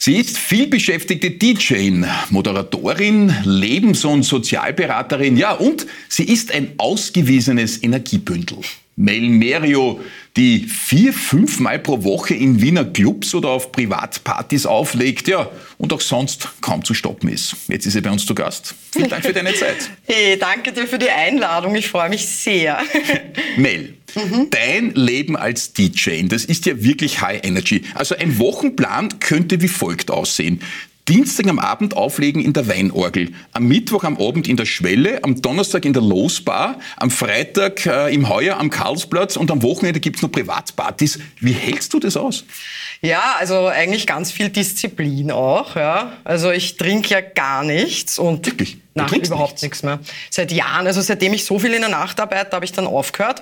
Sie ist vielbeschäftigte DJ, Moderatorin, Lebens- und Sozialberaterin, ja, und sie ist ein ausgewiesenes Energiebündel. Mel Merio, die 4-5 Mal pro Woche in Wiener Clubs oder auf Privatpartys auflegt, ja, und auch sonst kaum zu stoppen ist. Jetzt ist sie bei uns zu Gast. Vielen Dank für deine Zeit. Hey, danke dir für die Einladung, ich freue mich sehr. Mel, dein Leben als DJ, das ist ja wirklich High Energy. Also ein Wochenplan könnte wie folgt aussehen. Dienstag am Abend auflegen in der Weinorgel, am Mittwoch am Abend in der Schwelle, am Donnerstag in der Losbar, am Freitag im Heuer am Karlsplatz und am Wochenende gibt's noch Privatpartys. Wie hältst du das aus? Ja, also eigentlich ganz viel Disziplin auch. Ja. Also ich trinke ja gar nichts und Wirklich? Nein, überhaupt nichts mehr. Seit Jahren, also seitdem ich so viel in der Nacht arbeite, habe ich dann aufgehört.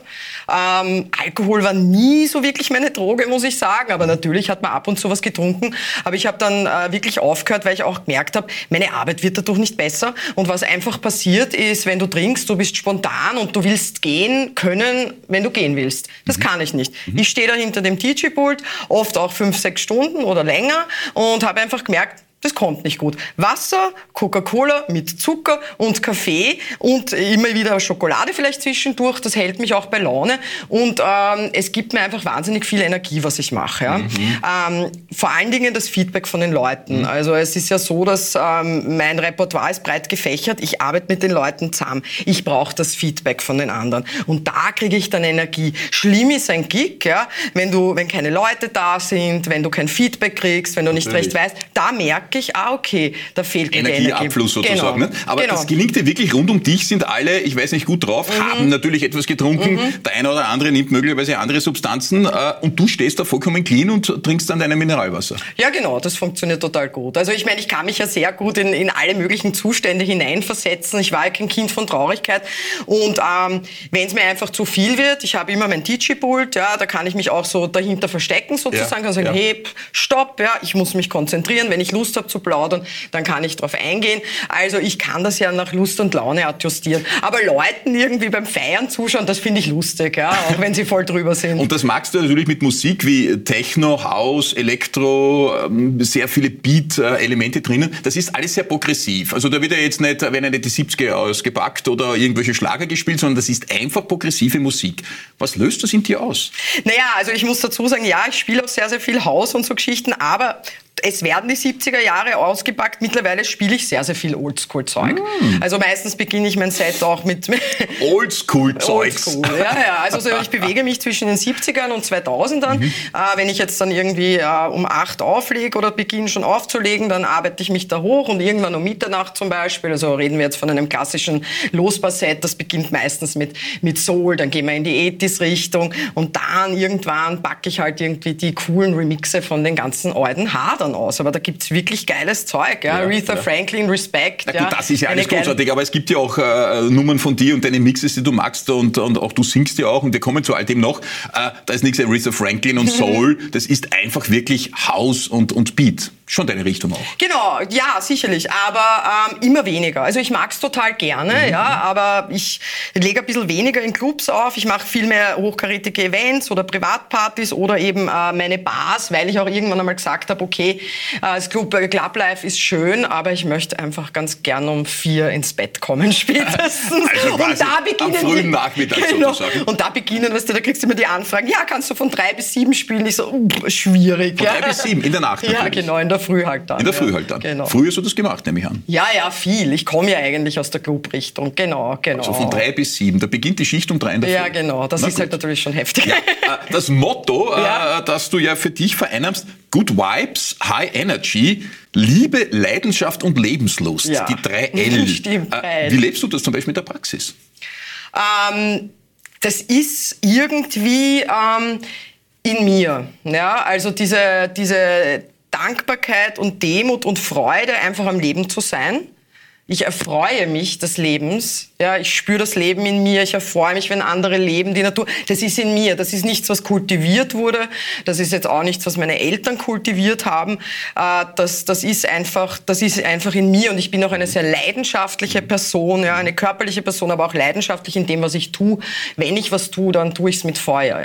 Alkohol war nie so wirklich meine Droge, muss ich sagen. Aber natürlich hat man ab und zu was getrunken. Aber ich habe dann wirklich aufgehört, weil ich auch gemerkt habe, meine Arbeit wird dadurch nicht besser. Und was einfach passiert ist, wenn du trinkst, du bist spontan und du willst gehen können, wenn du gehen willst. Das kann ich nicht. Ich stehe da hinter dem DJ-Pult, oft auch 5-6 Stunden oder länger und habe einfach gemerkt, das kommt nicht gut. Wasser, Coca-Cola mit Zucker und Kaffee und immer wieder Schokolade vielleicht zwischendurch. Das hält mich auch bei Laune. Und es gibt mir einfach wahnsinnig viel Energie, was ich mache. Ja? Vor allen Dingen das Feedback von den Leuten. Also es ist ja so, dass mein Repertoire ist breit gefächert. Ich arbeite mit den Leuten zusammen. Ich brauche das Feedback von den anderen. Und da kriege ich dann Energie. Schlimm ist ein Gig, ja? Wenn keine Leute da sind, wenn du kein Feedback kriegst, wenn du nicht recht weißt, da merke ich, okay, da fehlt mir die Energie. Energieabfluss sozusagen. Genau. Ne? Aber das gelingt dir wirklich rund um dich, sind alle, ich weiß nicht, gut drauf, haben natürlich etwas getrunken, der eine oder andere nimmt möglicherweise andere Substanzen und du stehst da vollkommen clean und trinkst dann dein Mineralwasser. Ja, genau, das funktioniert total gut. Also ich meine, ich kann mich ja sehr gut in alle möglichen Zustände hineinversetzen. Ich war ja kein Kind von Traurigkeit und wenn es mir einfach zu viel wird, ich habe immer mein DJ-Pult, ja, da kann ich mich auch so dahinter verstecken sozusagen, kann sagen, hey, stopp, ja, ich muss mich konzentrieren, wenn ich Lust habe zu plaudern, dann kann ich drauf eingehen. Also ich kann das ja nach Lust und Laune adjustieren. Aber Leuten irgendwie beim Feiern zuschauen, das finde ich lustig, ja, auch wenn sie voll drüber sind. Und das magst du natürlich mit Musik wie Techno, House, Elektro, sehr viele Beat-Elemente drinnen. Das ist alles sehr progressiv. Also da wird ja jetzt nicht, werden ja nicht die 70er ausgepackt oder irgendwelche Schlager gespielt, sondern das ist einfach progressive Musik. Was löst das in dir aus? Naja, also ich muss dazu sagen, ja, ich spiele auch sehr, sehr viel House und so Geschichten, aber es werden die 70er Jahre ausgepackt. Mittlerweile spiele ich sehr, sehr viel Oldschool-Zeug. Also meistens beginne ich mein Set auch mit Oldschool-Zeugs. Oldschool, ja. Also ich bewege mich zwischen den 70ern und 2000ern. Wenn ich jetzt dann irgendwie um 8 auflege oder beginne schon aufzulegen, dann arbeite ich mich da hoch und irgendwann um Mitternacht zum Beispiel, also reden wir jetzt von einem klassischen Losbar-Set, das beginnt meistens mit Soul, dann gehen wir in die 80s-Richtung und dann irgendwann packe ich halt irgendwie die coolen Remixe von den ganzen alten Hadern aus. Aber da gibt's wirklich geiles Zeug. Ja? Aretha Franklin, Respect. Na gut, das ist ja alles großartig, aber es gibt ja auch Nummern von dir und deine Mixes, die du magst und auch du singst ja auch und wir kommen zu all dem noch. Da ist nichts Aretha Franklin und Soul, das ist einfach wirklich House und Beat. Schon deine Richtung auch. Genau, ja, sicherlich, aber immer weniger. Also ich mag's total gerne, ja, aber ich lege ein bisschen weniger in Clubs auf. Ich mache viel mehr hochkarätige Events oder Privatpartys oder eben meine Bars, weil ich auch irgendwann einmal gesagt habe, okay, das Clublife ist schön, aber ich möchte einfach ganz gern um 4 ins Bett kommen spätestens. Also und da beginnen am frühen Nachmittag sozusagen. Und da beginnen, weißt du, da kriegst du immer die Anfragen, ja, kannst du von 3 bis 7 spielen? Ich so, schwierig. Von 3 bis 7 in der Nacht natürlich. Ja, genau, in der Früh halt dann. In der Früh halt dann. Genau. Früher hast du das gemacht, nehme ich an. Ja, viel. Ich komme ja eigentlich aus der Clubrichtung. Genau. Also von 3 bis 7. Da beginnt die Schicht um 3 in der Früh. Ja, genau. Das ist halt natürlich schon heftig. Ja, das Motto, das du ja für dich vereinnahmst, Good Vibes, High Energy, Liebe, Leidenschaft und Lebenslust. Ja. Die 3 L. Stimmt. Wie lebst du das zum Beispiel in der Praxis? Das ist irgendwie in mir. Ja, also diese Dankbarkeit und Demut und Freude, einfach am Leben zu sein. Ich erfreue mich des Lebens. Ja, ich spüre das Leben in mir. Ich erfreue mich, wenn andere leben. Die Natur, das ist in mir. Das ist nichts, was kultiviert wurde. Das ist jetzt auch nichts, was meine Eltern kultiviert haben. Das ist einfach in mir. Und ich bin auch eine sehr leidenschaftliche Person, ja, eine körperliche Person, aber auch leidenschaftlich in dem, was ich tue. Wenn ich was tue, dann tue ich es mit Feuer, ja.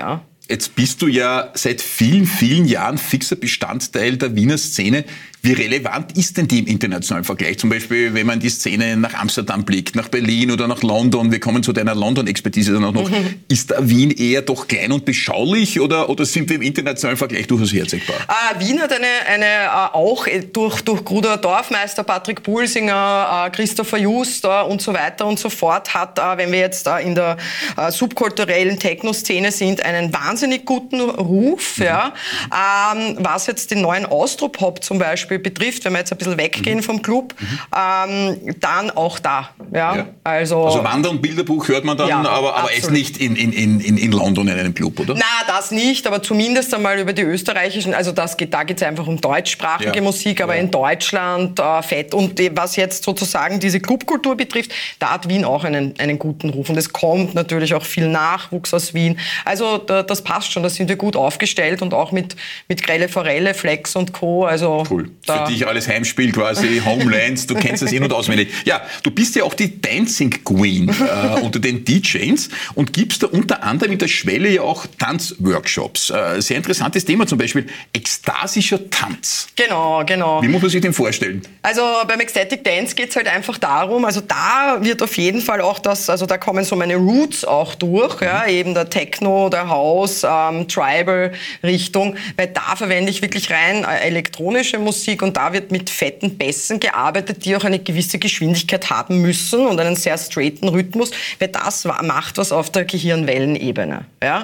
Jetzt bist du ja seit vielen, vielen Jahren fixer Bestandteil der Wiener Szene. Wie relevant ist denn die im internationalen Vergleich? Zum Beispiel, wenn man die Szene nach Amsterdam blickt, nach Berlin oder nach London. Wir kommen zu deiner London-Expertise dann auch noch. Ist Wien eher doch klein und beschaulich oder sind wir im internationalen Vergleich durchaus herzigbar? Wien hat eine auch durch Gruder Dorfmeister, Patrick Pulsinger, Christopher Just und so weiter und so fort, hat, wenn wir jetzt in der subkulturellen Techno-Szene sind, einen wahnsinnig guten Ruf. Ja. Was jetzt den neuen Austropop zum Beispiel betrifft, wenn wir jetzt ein bisschen weggehen vom Club, dann auch da. Ja. Also Wander- und Bilderbuch hört man dann, aber erst nicht in London in einem Club, oder? Na, das nicht, aber zumindest einmal über die österreichischen, also da geht's einfach um deutschsprachige Musik, aber in Deutschland fett. Und was jetzt sozusagen diese Clubkultur betrifft, da hat Wien auch einen guten Ruf. Und es kommt natürlich auch viel Nachwuchs aus Wien. Also das passt schon, da sind wir gut aufgestellt und auch mit Grelle Forelle, Flex und Co. Also cool. Für dich alles Heimspiel quasi, Homelands, du kennst das in- und auswendig. Ja, du bist ja auch die Dancing Queen unter den DJs und gibst da unter anderem in der Schwelle ja auch Tanzworkshops. Sehr interessantes Thema, zum Beispiel ekstasischer Tanz. Genau. Wie muss man sich den vorstellen? Also beim Ecstatic Dance geht's halt einfach darum, also da wird auf jeden Fall auch also da kommen so meine Roots auch durch, ja, eben der Techno, der House, Tribal-Richtung, weil da verwende ich wirklich rein elektronische Musik und da wird mit fetten Bässen gearbeitet, die auch eine gewisse Geschwindigkeit haben müssen und einen sehr straighten Rhythmus, weil das macht was auf der Gehirnwellenebene. Ja?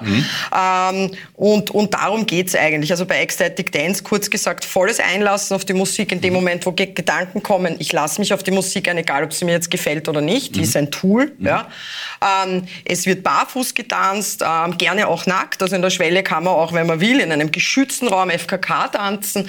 Und darum geht's eigentlich. Also bei Ecstatic Dance, kurz gesagt, volles Einlassen auf die Musik in dem Moment, wo Gedanken kommen, ich lasse mich auf die Musik ein, egal ob sie mir jetzt gefällt oder nicht, die ist ein Tool. Ja? Es wird barfuß getanzt, gerne auch nackt, also in der Schwelle kann man auch, wenn man will, in einem geschützten Raum FKK tanzen,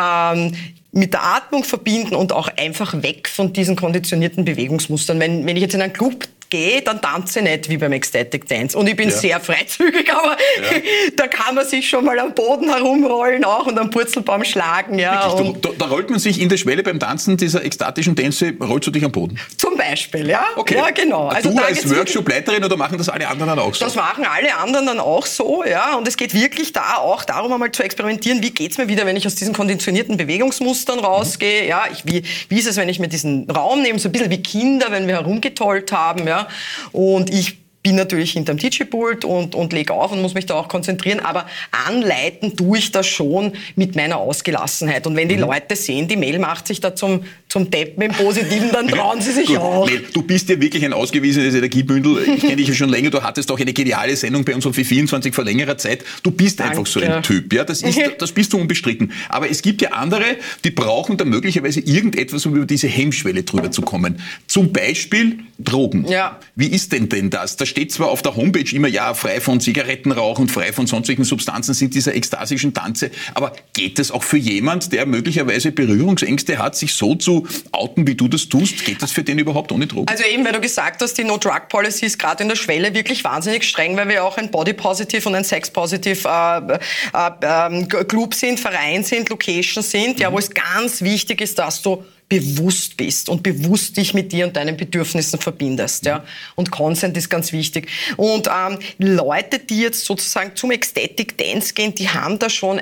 mit der Atmung verbinden und auch einfach weg von diesen konditionierten Bewegungsmustern. Wenn ich jetzt in einen Club gehe, dann tanze ich nicht wie beim Ecstatic Dance. Und ich bin sehr freizügig, aber da kann man sich schon mal am Boden herumrollen auch und am Purzelbaum schlagen. Ja. Und da rollt man sich in der Schwelle beim Tanzen dieser ekstatischen Tänze, rollst du dich am Boden? Zum Beispiel, ja. Okay. Ja, genau. Also du als Workshop-Leiterin oder machen das alle anderen dann auch so? Das machen alle anderen dann auch so, ja. Und es geht wirklich da auch darum, einmal zu experimentieren, wie geht's mir wieder, wenn ich aus diesen konditionierten Bewegungsmustern rausgehe. Ja, wie ist es, wenn ich mir diesen Raum nehme, so ein bisschen wie Kinder, wenn wir herumgetollt haben, ja. Und ich bin natürlich hinterm DJ-Pult und lege auf und muss mich da auch konzentrieren, aber anleiten tue ich das schon mit meiner Ausgelassenheit. Und wenn die Leute sehen, die Mail macht sich da zum Deppen im Positiven, dann trauen sie sich auch. Mel, du bist ja wirklich ein ausgewiesenes Energiebündel. Ich kenne dich ja schon länger, du hattest auch eine geniale Sendung bei uns auf V24 vor längerer Zeit. Du bist einfach so ein Typ, ja, das bist du unbestritten. Aber es gibt ja andere, die brauchen da möglicherweise irgendetwas, um über diese Hemmschwelle drüber zu kommen. Zum Beispiel Drogen. Ja. Wie ist denn das? Da steht zwar auf der Homepage immer, ja, frei von Zigarettenrauch und frei von sonstigen Substanzen sind diese ekstasischen Tanze, aber geht das auch für jemand, der möglicherweise Berührungsängste hat, sich so zu outen, wie du das tust? Geht das für den überhaupt ohne Drogen? Also eben, weil du gesagt hast, die No-Drug-Policy ist gerade in der Schwelle wirklich wahnsinnig streng, weil wir auch ein Body-Positive und ein Sex-Positive Club sind, Verein sind, Location sind, ja, wo es ganz wichtig ist, dass du bewusst bist und bewusst dich mit dir und deinen Bedürfnissen verbindest, ja. Und Consent ist ganz wichtig. Und Leute, die jetzt sozusagen zum Ecstatic Dance gehen, die haben das schon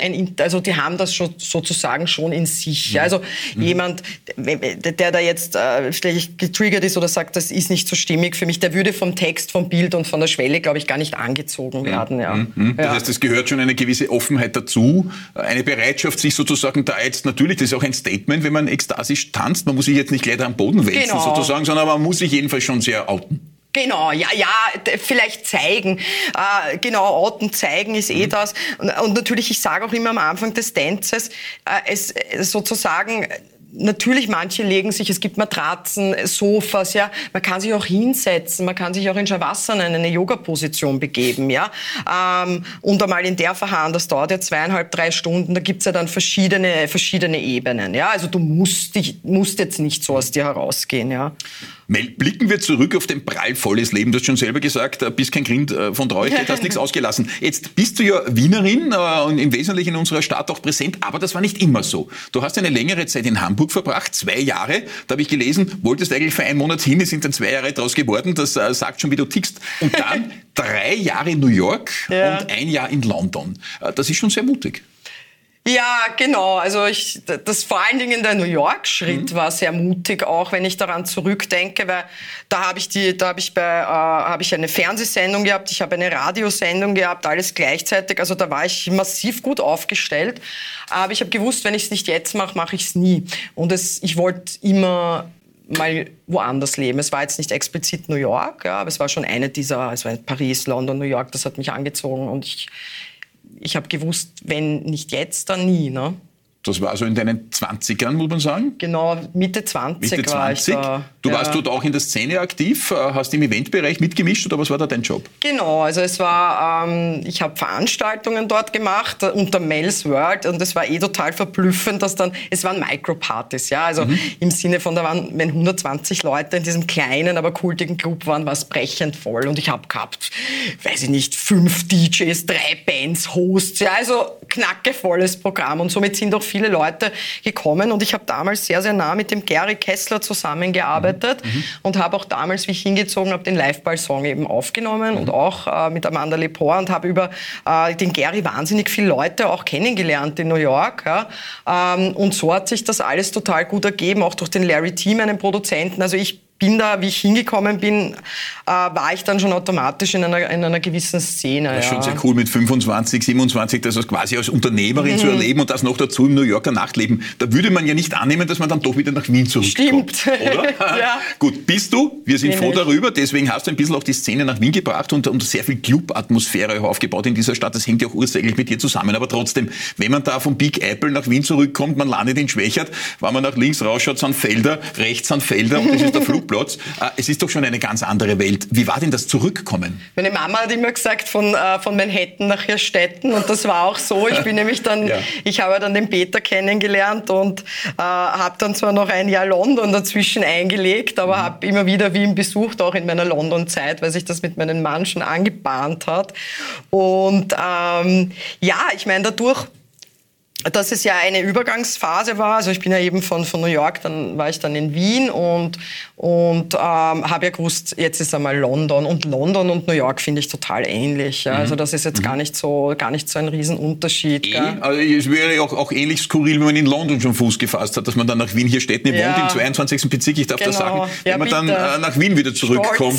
sozusagen schon in sich. Ja. Also jemand, der da jetzt vielleicht getriggert ist oder sagt, das ist nicht so stimmig für mich, der würde vom Text, vom Bild und von der Schwelle, glaube ich, gar nicht angezogen werden. Ja. Das heißt, es gehört schon eine gewisse Offenheit dazu, eine Bereitschaft, sich sozusagen da jetzt, natürlich, das ist auch ein Statement, wenn man ekstasisch tanzt, man muss sich jetzt nicht gleich am Boden wälzen sozusagen, sondern man muss sich jedenfalls schon sehr outen. Genau, ja, vielleicht zeigen. Genau, outen, zeigen ist das. Und natürlich, ich sage auch immer am Anfang des Dances, es sozusagen, natürlich, manche legen sich, es gibt Matratzen, Sofas, ja. Man kann sich auch hinsetzen, man kann sich auch in Shavasana, in eine Yoga-Position begeben, ja. Und einmal in der verharren, das dauert ja 2,5-3 Stunden, da gibt's ja dann verschiedene Ebenen, ja. Also du musst jetzt nicht so aus dir herausgehen, ja. Mel, blicken wir zurück auf dein prallvolles Leben. Du hast schon selber gesagt, bist kein Kind von Traurigkeit, hast nichts ausgelassen. Jetzt bist du ja Wienerin und im Wesentlichen in unserer Stadt auch präsent, aber das war nicht immer so. Du hast eine längere Zeit in Hamburg Hamburg verbracht, 2 Jahre. Da habe ich gelesen, wolltest eigentlich für einen Monat hin, es sind dann 2 Jahre draus geworden. Das sagt schon, wie du tickst. Und dann 3 Jahre in New York und 1 Jahr in London. Das ist schon sehr mutig. Ja, genau. Also das vor allen Dingen der New York-Schritt war sehr mutig, auch wenn ich daran zurückdenke, weil da habe ich eine Fernsehsendung gehabt, ich habe eine Radiosendung gehabt, alles gleichzeitig. Also da war ich massiv gut aufgestellt. Aber ich habe gewusst, wenn ich es nicht jetzt mache, mache ich es nie. Und ich wollte immer mal woanders leben. Es war jetzt nicht explizit New York, ja, aber es war schon es war Paris, London, New York, das hat mich angezogen und ich habe gewusst, wenn nicht jetzt, dann nie. Ne? Das war also in deinen 20ern, muss man sagen? Genau, Mitte 20 war ich da. Du warst dort auch in der Szene aktiv, hast im Eventbereich mitgemischt oder was war da dein Job? Genau, also ich habe Veranstaltungen dort gemacht unter Mel's World und es war total verblüffend, es waren Micropartys, ja, also im Sinne von, wenn 120 Leute in diesem kleinen, aber kultigen Club waren, war es brechend voll und ich habe gehabt, weiß ich nicht, 5 DJs, 3 Bands, Hosts, ja, also knackevolles Programm und somit sind auch viele Leute gekommen und ich habe damals sehr, sehr nah mit dem Gary Kessler zusammengearbeitet und habe auch damals, wie ich hingezogen habe, den Liveball-Song eben aufgenommen und auch mit Amanda Lepore und habe über den Gary wahnsinnig viele Leute auch kennengelernt in New York. Ja. Und so hat sich das alles total gut ergeben, auch durch den Larry T, meinen Produzenten. Also ich bin da, wie ich hingekommen bin, war ich dann schon automatisch in einer gewissen Szene. Das ist schon sehr cool, mit 25, 27 das quasi als Unternehmerin zu erleben und das noch dazu im New Yorker Nachtleben. Da würde man ja nicht annehmen, dass man dann doch wieder nach Wien zurückkommt. Stimmt. Oder? Ja. Gut, bist du. Wir sind froh darüber. Deswegen hast du ein bisschen auch die Szene nach Wien gebracht und sehr viel Club-Atmosphäre aufgebaut in dieser Stadt. Das hängt ja auch ursächlich mit dir zusammen. Aber trotzdem, wenn man da vom Big Apple nach Wien zurückkommt, man landet in Schwächert, wenn man nach links rausschaut, sind Felder, rechts sind Felder und das ist der Flugplatz. Es ist doch schon eine ganz andere Welt. Wie war denn das Zurückkommen? Meine Mama hat immer gesagt, von Manhattan nach Hirstetten und das war auch so. Ich bin nämlich dann, ich habe dann den Peter kennengelernt und habe dann zwar noch ein Jahr London dazwischen eingelegt, aber habe immer wieder Wien besucht, auch in meiner London-Zeit, weil sich das mit meinem Mann schon angebahnt hat. Und ich meine, dadurch, dass es ja eine Übergangsphase war, also ich bin ja eben von New York, dann war ich dann in Wien und habe ja gewusst, jetzt ist einmal London und New York finde ich total ähnlich. Ja. Also das ist jetzt gar nicht so ein Riesenunterschied. Also es wäre auch ähnlich skurril, wenn man in London schon Fuß gefasst hat, dass man dann nach Wien hier steht, wohnt im 22. Bezirk, ich darf das sagen, wenn man dann nach Wien wieder zurückkommt.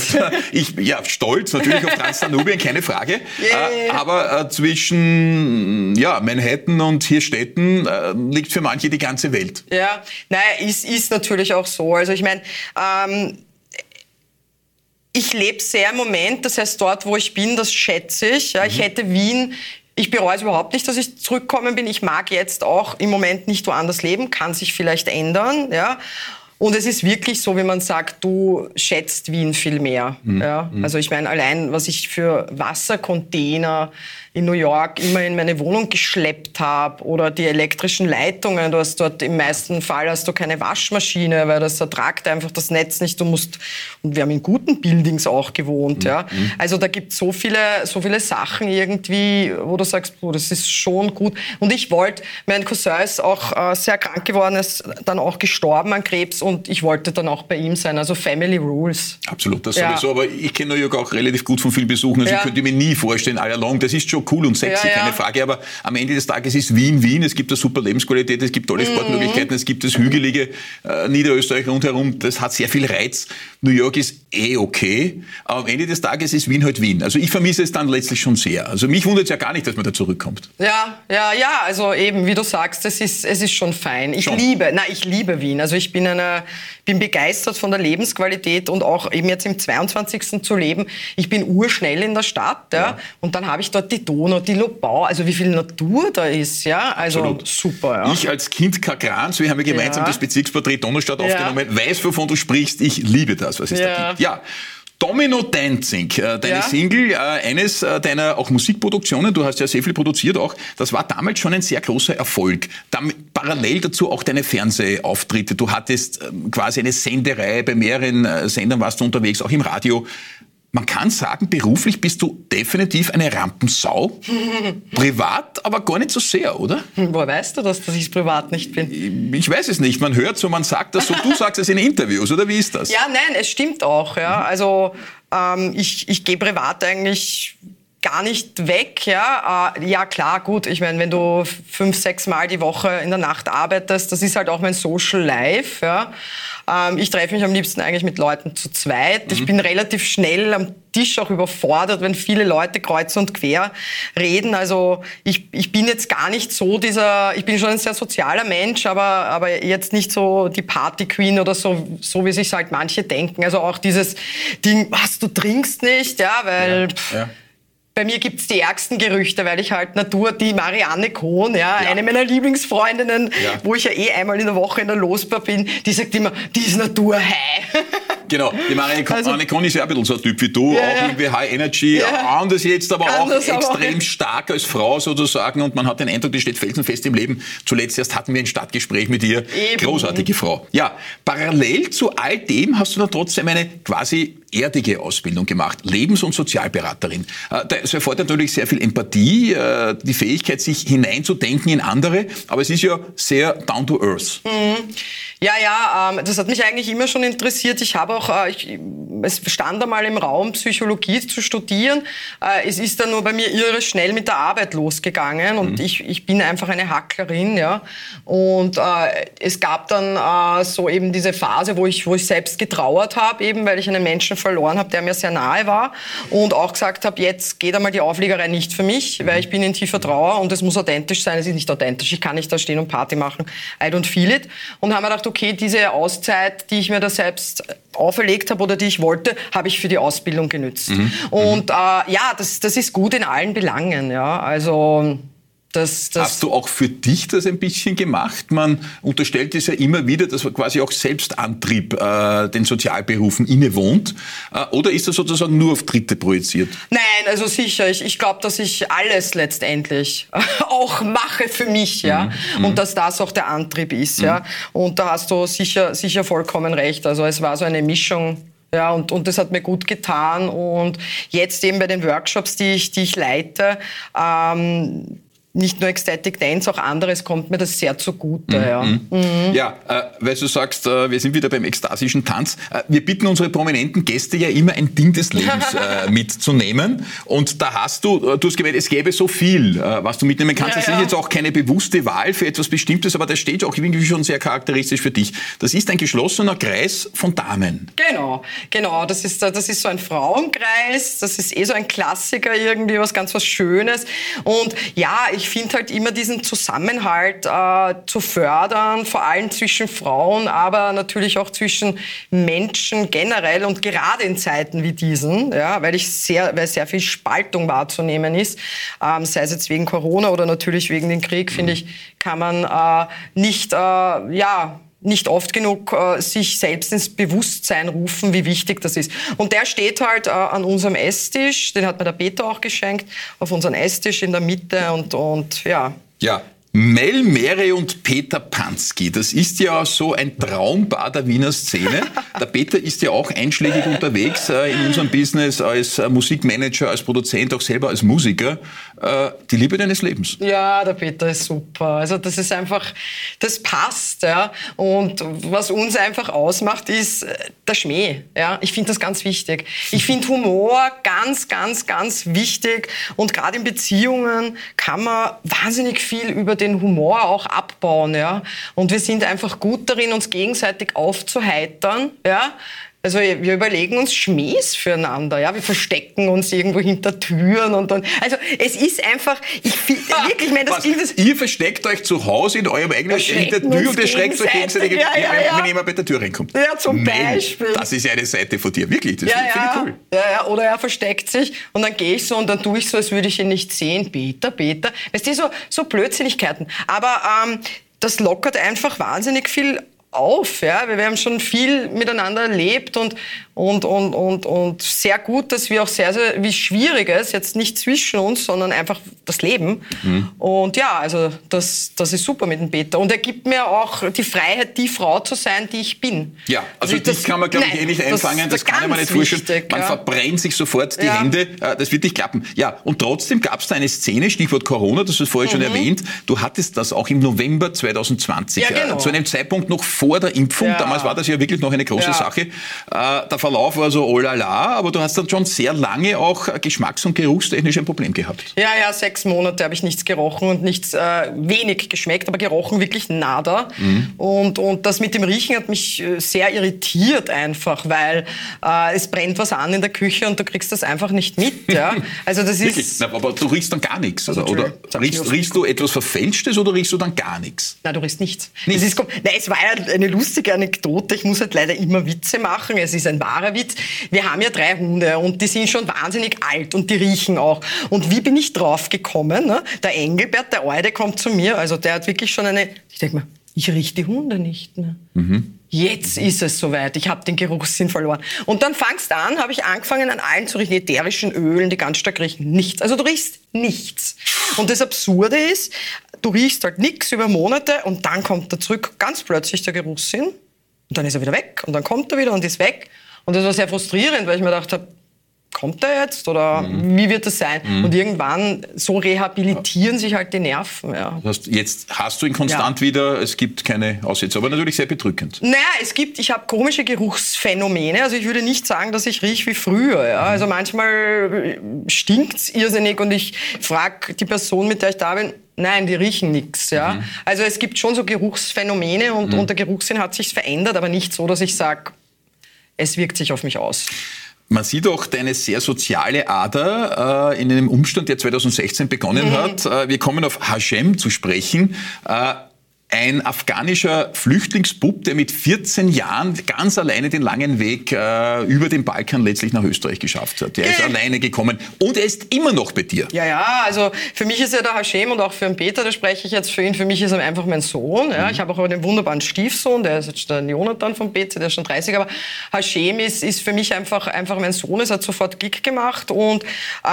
Stolz natürlich auf Transdanubien, keine Frage. Aber zwischen Manhattan und Hirstetten liegt für manche die ganze Welt. Ja, naja, ist natürlich auch so. Also ich meine, ich lebe sehr im Moment, das heißt dort, wo ich bin, das schätze ich. Ja, ich hätte Wien, ich bereue es überhaupt nicht, dass ich zurückgekommen bin. Ich mag jetzt auch im Moment nicht woanders leben, kann sich vielleicht ändern. Ja. Und es ist wirklich so, wie man sagt, du schätzt Wien viel mehr. Ja? Also ich meine, allein, was ich für Wassercontainer in New York immer in meine Wohnung geschleppt habe oder die elektrischen Leitungen. Du hast dort im meisten Fall keine Waschmaschine, weil das ertragt einfach das Netz nicht. Und wir haben in guten Buildings auch gewohnt. Ja? Also da gibt es so viele Sachen irgendwie, wo du sagst, das ist schon gut. Und mein Cousin ist auch sehr krank geworden, ist dann auch gestorben an Krebs und ich wollte dann auch bei ihm sein. Also Family Rules. Absolut, das sowieso. Aber ich kenne New York auch relativ gut von vielen Besuchen. Also ich könnte mir nie vorstellen, all along, das ist schon cool und sexy, keine Frage. Aber am Ende des Tages ist Wien. Es gibt eine super Lebensqualität, es gibt tolle Sportmöglichkeiten, es gibt das hügelige Niederösterreich rundherum. Das hat sehr viel Reiz. New York ist okay. Aber am Ende des Tages ist Wien halt Wien. Also ich vermisse es dann letztlich schon sehr. Also mich wundert es ja gar nicht, dass man da zurückkommt. Ja. Also eben, wie du sagst, es ist schon fein. Ich liebe Wien. Also ich bin begeistert von der Lebensqualität und auch eben jetzt im 22. zu leben. Ich bin urschnell in der Stadt, und dann habe ich dort die Donau, die Lobau, also wie viel Natur da ist, also absolut. Super. Ja. Ich als Kind Kakrans, wir haben ja gemeinsam das Bezirksporträt Donaustadt aufgenommen, weiß, wovon du sprichst. Ich liebe das, was es da gibt. Ja. Domino Dancing, deine Single, eines deiner auch Musikproduktionen, du hast ja sehr viel produziert auch, das war damals schon ein sehr großer Erfolg. Parallel dazu auch deine Fernsehauftritte, du hattest quasi eine Sendereihe, bei mehreren Sendern warst du unterwegs, auch im Radio. man kann sagen, beruflich bist du definitiv eine Rampensau. Privat aber gar nicht so sehr, oder? Woher weißt du das, dass ich privat nicht bin? Ich weiß es nicht. Man hört so, man sagt das so. Du sagst es in Interviews, oder wie ist das? Ja, nein, es stimmt auch. Ja. Also ich gehe privat eigentlich gar nicht weg. Ja, ja klar, gut. Ich meine, wenn du 5-6 Mal die Woche in der Nacht arbeitest, das ist halt auch mein Social Life. Ja. Ich treffe mich am liebsten eigentlich mit Leuten zu zweit. Ich bin relativ schnell am Tisch auch überfordert, wenn viele Leute kreuz und quer reden. Also ich bin jetzt gar nicht so ich bin schon ein sehr sozialer Mensch, aber jetzt nicht so die Party Queen oder so wie sich halt manche denken. Also auch dieses Ding, was, du trinkst nicht, ja, weil... Ja. Bei mir gibt's die ärgsten Gerüchte, weil ich halt die Marianne Kohn, eine meiner Lieblingsfreundinnen, wo ich ja einmal in der Woche in der Losbar bin, die sagt immer, die ist naturhigh. Genau, die Marianne Kohn ist ja ein bisschen so ein Typ wie du, auch irgendwie High Energy, anders jetzt, aber auch extrem stark als Frau sozusagen, und man hat den Eindruck, die steht felsenfest im Leben. Zuletzt erst hatten wir ein Stadtgespräch mit ihr. Eben. Großartige Frau. Ja, parallel zu all dem hast du dann trotzdem eine quasi erdige Ausbildung gemacht, Lebens- und Sozialberaterin. Es erfordert natürlich sehr viel Empathie, die Fähigkeit, sich hineinzudenken in andere, aber es ist ja sehr down to earth. Ja, das hat mich eigentlich immer schon interessiert. Ich habe auch, es stand einmal im Raum, Psychologie zu studieren. Es ist dann nur bei mir irre schnell mit der Arbeit losgegangen und ich bin einfach eine Hacklerin, ja. Und es gab dann so eben diese Phase, wo ich selbst getrauert habe, eben weil ich einen Menschen verloren habe, der mir sehr nahe war, und auch gesagt habe, jetzt geht einmal die Aufliegerei nicht für mich, weil ich bin in tiefer Trauer und es muss authentisch sein. Es ist nicht authentisch, ich kann nicht da stehen und Party machen. I don't feel it. Und haben wir gedacht, okay, diese Auszeit, die ich mir da selbst auferlegt habe oder die ich wollte, habe ich für die Ausbildung genützt. Und das ist gut in allen Belangen. Ja. Also hast du auch für dich das ein bisschen gemacht? Man unterstellt es ja immer wieder, dass quasi auch Selbstantrieb den Sozialberufen innewohnt. Oder ist das sozusagen nur auf Dritte projiziert? Nein, also sicher. Ich glaube, dass ich alles letztendlich auch mache für mich, ja. Und dass das auch der Antrieb ist, ja. Und da hast du sicher vollkommen recht. Also es war so eine Mischung. Ja, und das hat mir gut getan. Und jetzt eben bei den Workshops, die ich leite, nicht nur Ecstatic Dance, auch anderes kommt mir das sehr zugute. Ja, weil du sagst, wir sind wieder beim ekstasischen Tanz. Wir bitten unsere prominenten Gäste ja immer ein Ding des Lebens mitzunehmen. Und da hast du hast gemeint, es gäbe so viel, was du mitnehmen kannst. Das ist jetzt auch keine bewusste Wahl für etwas Bestimmtes, aber das steht auch irgendwie schon sehr charakteristisch für dich. Das ist ein geschlossener Kreis von Damen. Genau. Das ist so ein Frauenkreis. Das ist so ein Klassiker, irgendwie was Schönes. Und ja, ich finde halt immer diesen Zusammenhalt zu fördern, vor allem zwischen Frauen, aber natürlich auch zwischen Menschen generell und gerade in Zeiten wie diesen, ja, weil sehr viel Spaltung wahrzunehmen ist, sei es jetzt wegen Corona oder natürlich wegen dem Krieg, finde ich, kann man nicht oft genug sich selbst ins Bewusstsein rufen, wie wichtig das ist. Und der steht halt an unserem Esstisch, den hat mir der Peter auch geschenkt, auf unserem Esstisch in der Mitte und ja. Ja. Mel Mere und Peter Panski, das ist ja so ein Traumpaar der Wiener Szene. Der Peter ist ja auch einschlägig unterwegs in unserem Business als Musikmanager, als Produzent, auch selber als Musiker. Die Liebe deines Lebens. Ja, der Peter ist super. Also das ist einfach, das passt. Ja. Und was uns einfach ausmacht, ist der Schmäh. Ja. Ich finde das ganz wichtig. Ich finde Humor ganz, ganz, ganz wichtig. Und gerade in Beziehungen kann man wahnsinnig viel über den Humor auch abbauen, ja. Und wir sind einfach gut darin, uns gegenseitig aufzuheitern, ja. Also wir überlegen uns Schmähs füreinander, ja. Wir verstecken uns irgendwo hinter Türen und dann. Also es ist einfach, wirklich, ich meine, das gilt. Ihr versteckt euch zu Hause in eurem eigenen hinter der Tür und ihr schreckt euch gegenseitig, wenn jemand bei der Tür reinkommt. Ja, zum Beispiel. Das ist ja eine Seite von dir, wirklich. Das finde ich cool. Ja, oder er versteckt sich und dann gehe ich so und dann tue ich so, als würde ich ihn nicht sehen. Peter. Weißt du, so Blödsinnigkeiten. Aber das lockert einfach wahnsinnig viel auf, ja, wir haben schon viel miteinander erlebt und sehr gut, dass wir auch sehr, sehr, wie Schwieriges, jetzt nicht zwischen uns, sondern einfach das Leben. Und ja, also das ist super mit dem Peter. Und er gibt mir auch die Freiheit, die Frau zu sein, die ich bin. Ja, also das kann man, glaube ich, nicht einfangen, das kann man nicht vorstellen. Man verbrennt sich sofort die Hände, das wird nicht klappen. Ja, und trotzdem gab es da eine Szene, Stichwort Corona, das hast du vorher schon erwähnt, du hattest das auch im November 2020, zu einem Zeitpunkt noch vor der Impfung, damals war das ja wirklich noch eine große Sache. Der Verlauf war so oh la la, aber du hast dann schon sehr lange auch geschmacks- und geruchstechnisch ein Problem gehabt. Ja, 6 Monate habe ich nichts gerochen und nichts wenig geschmeckt, aber gerochen wirklich nada. Und das mit dem Riechen hat mich sehr irritiert einfach, weil es brennt was an in der Küche und du kriegst das einfach nicht mit. Ja? Also das ist... Na, aber du riechst dann gar nichts, oder riechst du etwas Verfälschtes oder riechst du dann gar nichts? Nein, du riechst nichts. Es war ja eine lustige Anekdote, ich muss halt leider immer Witze machen, es ist ein wahrer Witz. Wir haben ja 3 Hunde und die sind schon wahnsinnig alt und die riechen auch. Und wie bin ich drauf gekommen? Ne? Der Engelbert, der Eude, kommt zu mir, also der hat wirklich schon ich denke mir, ich rieche die Hunde nicht mehr. Jetzt ist es soweit, ich habe den Geruchssinn verloren. Und dann habe ich angefangen an allen zu riechen, ätherischen Ölen, die ganz stark riechen, nichts. Also du riechst nichts. Und das Absurde ist, du riechst halt nichts über Monate und dann kommt da zurück ganz plötzlich der Geruchssinn und dann ist er wieder weg und dann kommt er wieder und ist weg. Und das war sehr frustrierend, weil ich mir gedacht habe, kommt er jetzt oder wie wird das sein? Und irgendwann so rehabilitieren sich halt die Nerven. Ja. Jetzt hast du ihn konstant wieder, es gibt keine Aussätze, aber natürlich sehr bedrückend. Naja, ich habe komische Geruchsphänomene, also ich würde nicht sagen, dass ich rieche wie früher. Ja. Also manchmal stinkt's irrsinnig und ich frage die Person, mit der ich da bin, nein, die riechen nichts. Ja. Also es gibt schon so Geruchsphänomene und der Geruchssinn hat sich verändert, aber nicht so, dass ich sage, es wirkt sich auf mich aus. Man sieht auch deine sehr soziale Ader in einem Umstand, der 2016 begonnen hat. Wir kommen auf Hashem zu sprechen. Ein afghanischer Flüchtlingsbub, der mit 14 Jahren ganz alleine den langen Weg über den Balkan letztlich nach Österreich geschafft hat. Der ist alleine gekommen und er ist immer noch bei dir. Ja, also für mich ist ja der Hashem und auch für den Peter, da spreche ich jetzt für ihn, für mich ist er einfach mein Sohn. Ja. Ich habe auch einen wunderbaren Stiefsohn, der ist jetzt der Jonathan von Peter, der ist schon 30, aber Hashem ist für mich einfach mein Sohn, es hat sofort Klick gemacht und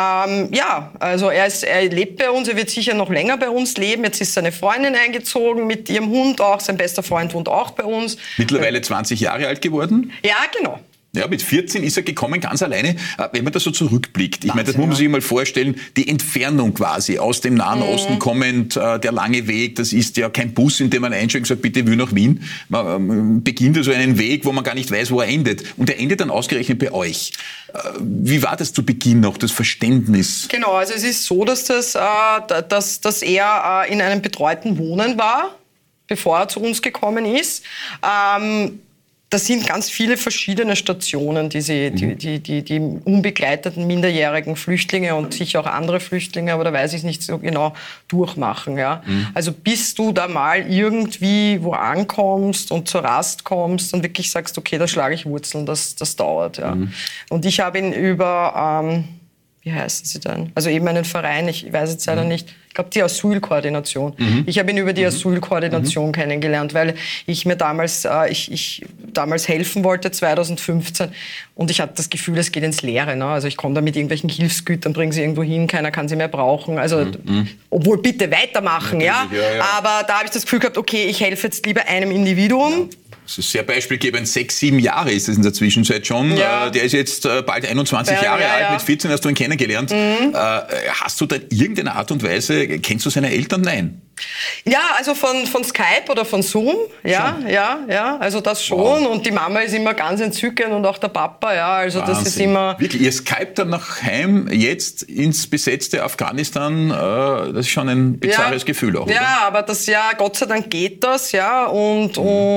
also er lebt bei uns, er wird sicher noch länger bei uns leben, jetzt ist seine Freundin eingezogen mit ihrem Hund auch, sein bester Freund wohnt auch bei uns. Mittlerweile 20 Jahre alt geworden? Ja, genau. Ja, mit 14 ist er gekommen, ganz alleine. Wenn man da so zurückblickt, ich meine, das muss man sich mal vorstellen, die Entfernung quasi aus dem Nahen Osten kommend, der lange Weg, das ist ja kein Bus, in dem man einsteigt und sagt, bitte will nach Wien. Man beginnt also einen Weg, wo man gar nicht weiß, wo er endet. Und er endet dann ausgerechnet bei euch. Wie war das zu Beginn noch, das Verständnis? Genau, also es ist so, dass er in einem betreuten Wohnen war, bevor er zu uns gekommen ist. Das sind ganz viele verschiedene Stationen, die unbegleiteten minderjährigen Flüchtlinge und sicher auch andere Flüchtlinge, aber da weiß ich nicht so genau, durchmachen. Ja? Also bis du da mal irgendwie wo ankommst und zur Rast kommst und wirklich sagst, okay, da schlage ich Wurzeln, das dauert. Ja? Und ich habe ihn über... wie heißen sie denn? Also eben einen Verein, ich weiß jetzt leider nicht, ich glaube die Asylkoordination. Ich habe ihn über die Asylkoordination kennengelernt, weil ich mir damals helfen wollte, 2015, und ich hatte das Gefühl, es geht ins Leere. Ne? Also ich komme da mit irgendwelchen Hilfsgütern, bringe sie irgendwo hin, keiner kann sie mehr brauchen. Also, obwohl bitte weitermachen, ja. Aber da habe ich das Gefühl gehabt, okay, ich helfe jetzt lieber einem Individuum. Ja. Das ist sehr beispielgebend. 6, 7 Jahre ist es in der Zwischenzeit schon. Ja. Der ist jetzt bald 21 Jahre alt. Mit 14 hast du ihn kennengelernt. Hast du da irgendeine Art und Weise, kennst du seine Eltern? Nein. Ja, also von Skype oder von Zoom. Ja, also das schon. Wow. Und die Mama ist immer ganz entzückend und auch der Papa. Ja, also Wahnsinn. Das ist immer... Wirklich, ihr Skypt dann nach heim jetzt ins besetzte Afghanistan. Das ist schon ein bizarres Gefühl auch. Ja, oder? Aber Gott sei Dank geht das. Ja, und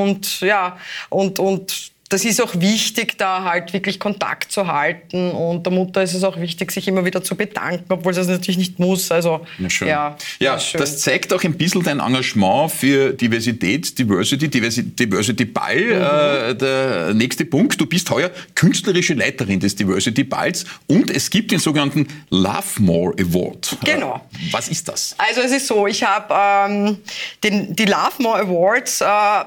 das ist auch wichtig, da halt wirklich Kontakt zu halten. Und der Mutter ist es auch wichtig, sich immer wieder zu bedanken, obwohl sie das natürlich nicht muss. Also, schön. Ja, das zeigt auch ein bisschen dein Engagement für Diversity Ball. Der nächste Punkt, du bist heuer künstlerische Leiterin des Diversity Balls und es gibt den sogenannten Lovemore Award. Genau. Was ist das? Also es ist so, ich habe die Lovemore Awards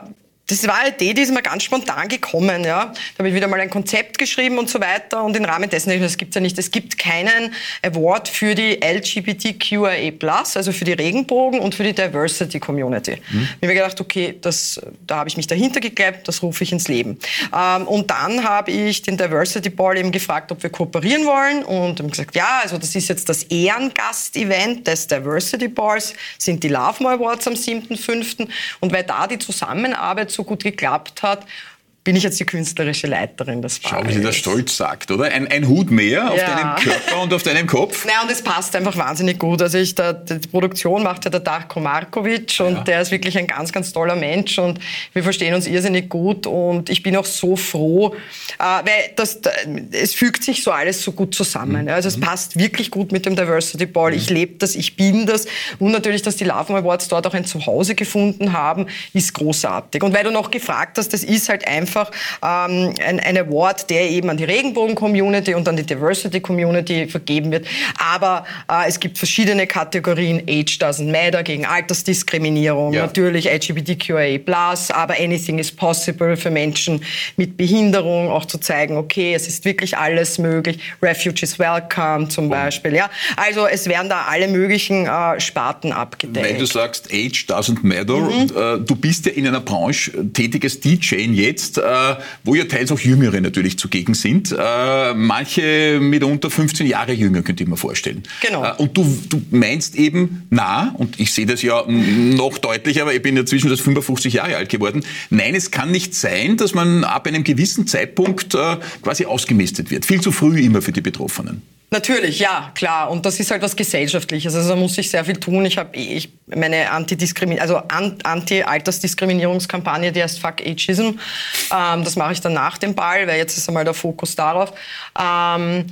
Das war eine Idee, die ist mir ganz spontan gekommen. Ja. Da habe ich wieder mal ein Konzept geschrieben und so weiter. Und im Rahmen dessen, das gibt's ja nicht, es gibt keinen Award für die LGBTQIA+, also für die Regenbogen und für die Diversity Community. Ich habe mir gedacht, okay, da habe ich mich dahinter geklebt, das rufe ich ins Leben. Und dann habe ich den Diversity Ball eben gefragt, ob wir kooperieren wollen. Und haben gesagt, ja, also das ist jetzt das Ehrengast-Event des Diversity Balls, sind die Lovemore Awards am 7.5. Und weil da die Zusammenarbeit so gut geklappt hat, bin ich jetzt die künstlerische Leiterin des Balles. Schau, wie sie das stolz sagt, oder? Ein Hut mehr auf deinem Körper und auf deinem Kopf. Naja, und es passt einfach wahnsinnig gut. Also die Produktion macht ja der Darko Markovic und der ist wirklich ein ganz, ganz toller Mensch und wir verstehen uns irrsinnig gut und ich bin auch so froh, weil es fügt sich so alles so gut zusammen. Also es passt wirklich gut mit dem Diversity Ball. Ich lebe das, ich bin das und natürlich, dass die Lovemore Awards dort auch ein Zuhause gefunden haben, ist großartig. Und weil du noch gefragt hast, das ist halt einfach ein Award, der eben an die Regenbogen-Community und an die Diversity-Community vergeben wird. Aber es gibt verschiedene Kategorien. Age doesn't matter, gegen Altersdiskriminierung, natürlich LGBTQIA+, aber anything is possible für Menschen mit Behinderung, auch zu zeigen, okay, es ist wirklich alles möglich. Refugees welcome zum Beispiel. Ja. Also es werden da alle möglichen Sparten abgedeckt. Weil du sagst, Age doesn't matter, du bist ja in einer Branche tätiges DJing jetzt, wo ja teils auch Jüngere natürlich zugegen sind. Manche mitunter 15 Jahre jünger, könnte ich mir vorstellen. Genau. Und du meinst eben, und ich sehe das ja noch deutlicher, aber ich bin ja zwischendurch 55 Jahre alt geworden, nein, es kann nicht sein, dass man ab einem gewissen Zeitpunkt quasi ausgemistet wird. Viel zu früh immer für die Betroffenen. Natürlich, ja, klar. Und das ist halt was Gesellschaftliches. Also da muss ich sehr viel tun. Ich habe meine Anti-Altersdiskriminierungskampagne, die heißt Fuck Ageism. Das mache ich dann nach dem Ball, weil jetzt ist einmal der Fokus darauf. Also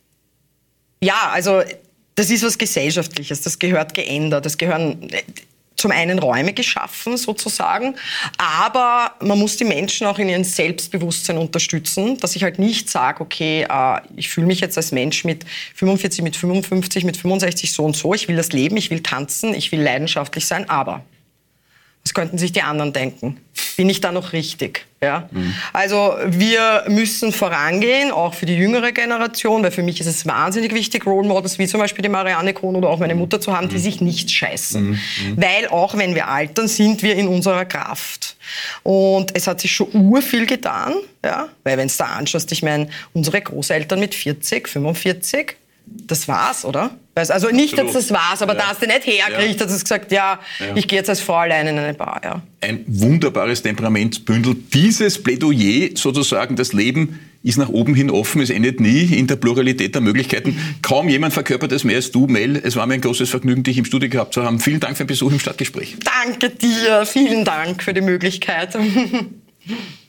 das ist was Gesellschaftliches. Das gehört geändert. Es gehören zum einen Räume geschaffen, sozusagen, aber man muss die Menschen auch in ihrem Selbstbewusstsein unterstützen, dass ich halt nicht sage, okay, ich fühle mich jetzt als Mensch mit 45, mit 55, mit 65 so und so, ich will das leben, ich will tanzen, ich will leidenschaftlich sein, aber was könnten sich die anderen denken? Bin ich da noch richtig? Ja? Also wir müssen vorangehen, auch für die jüngere Generation, weil für mich ist es wahnsinnig wichtig, Role Models wie zum Beispiel die Marianne Kohn oder auch meine Mutter zu haben, die sich nicht scheißen. Weil auch wenn wir altern, sind wir in unserer Kraft. Und es hat sich schon urviel getan, ja? Weil wenn du da anschaust, ich meine, unsere Großeltern mit 40, 45, das war's, oder? Also nicht, dass das war's, aber da hast du nicht hergekriegt, dass du gesagt, ich gehe jetzt als Frau allein in eine Bar. Ja. Ein wunderbares Temperamentsbündel. Dieses Plädoyer sozusagen, das Leben ist nach oben hin offen, es endet nie in der Pluralität der Möglichkeiten. Kaum jemand verkörpert es mehr als du, Mel. Es war mir ein großes Vergnügen, dich im Studio gehabt zu haben. Vielen Dank für den Besuch im Stadtgespräch. Danke dir, vielen Dank für die Möglichkeit.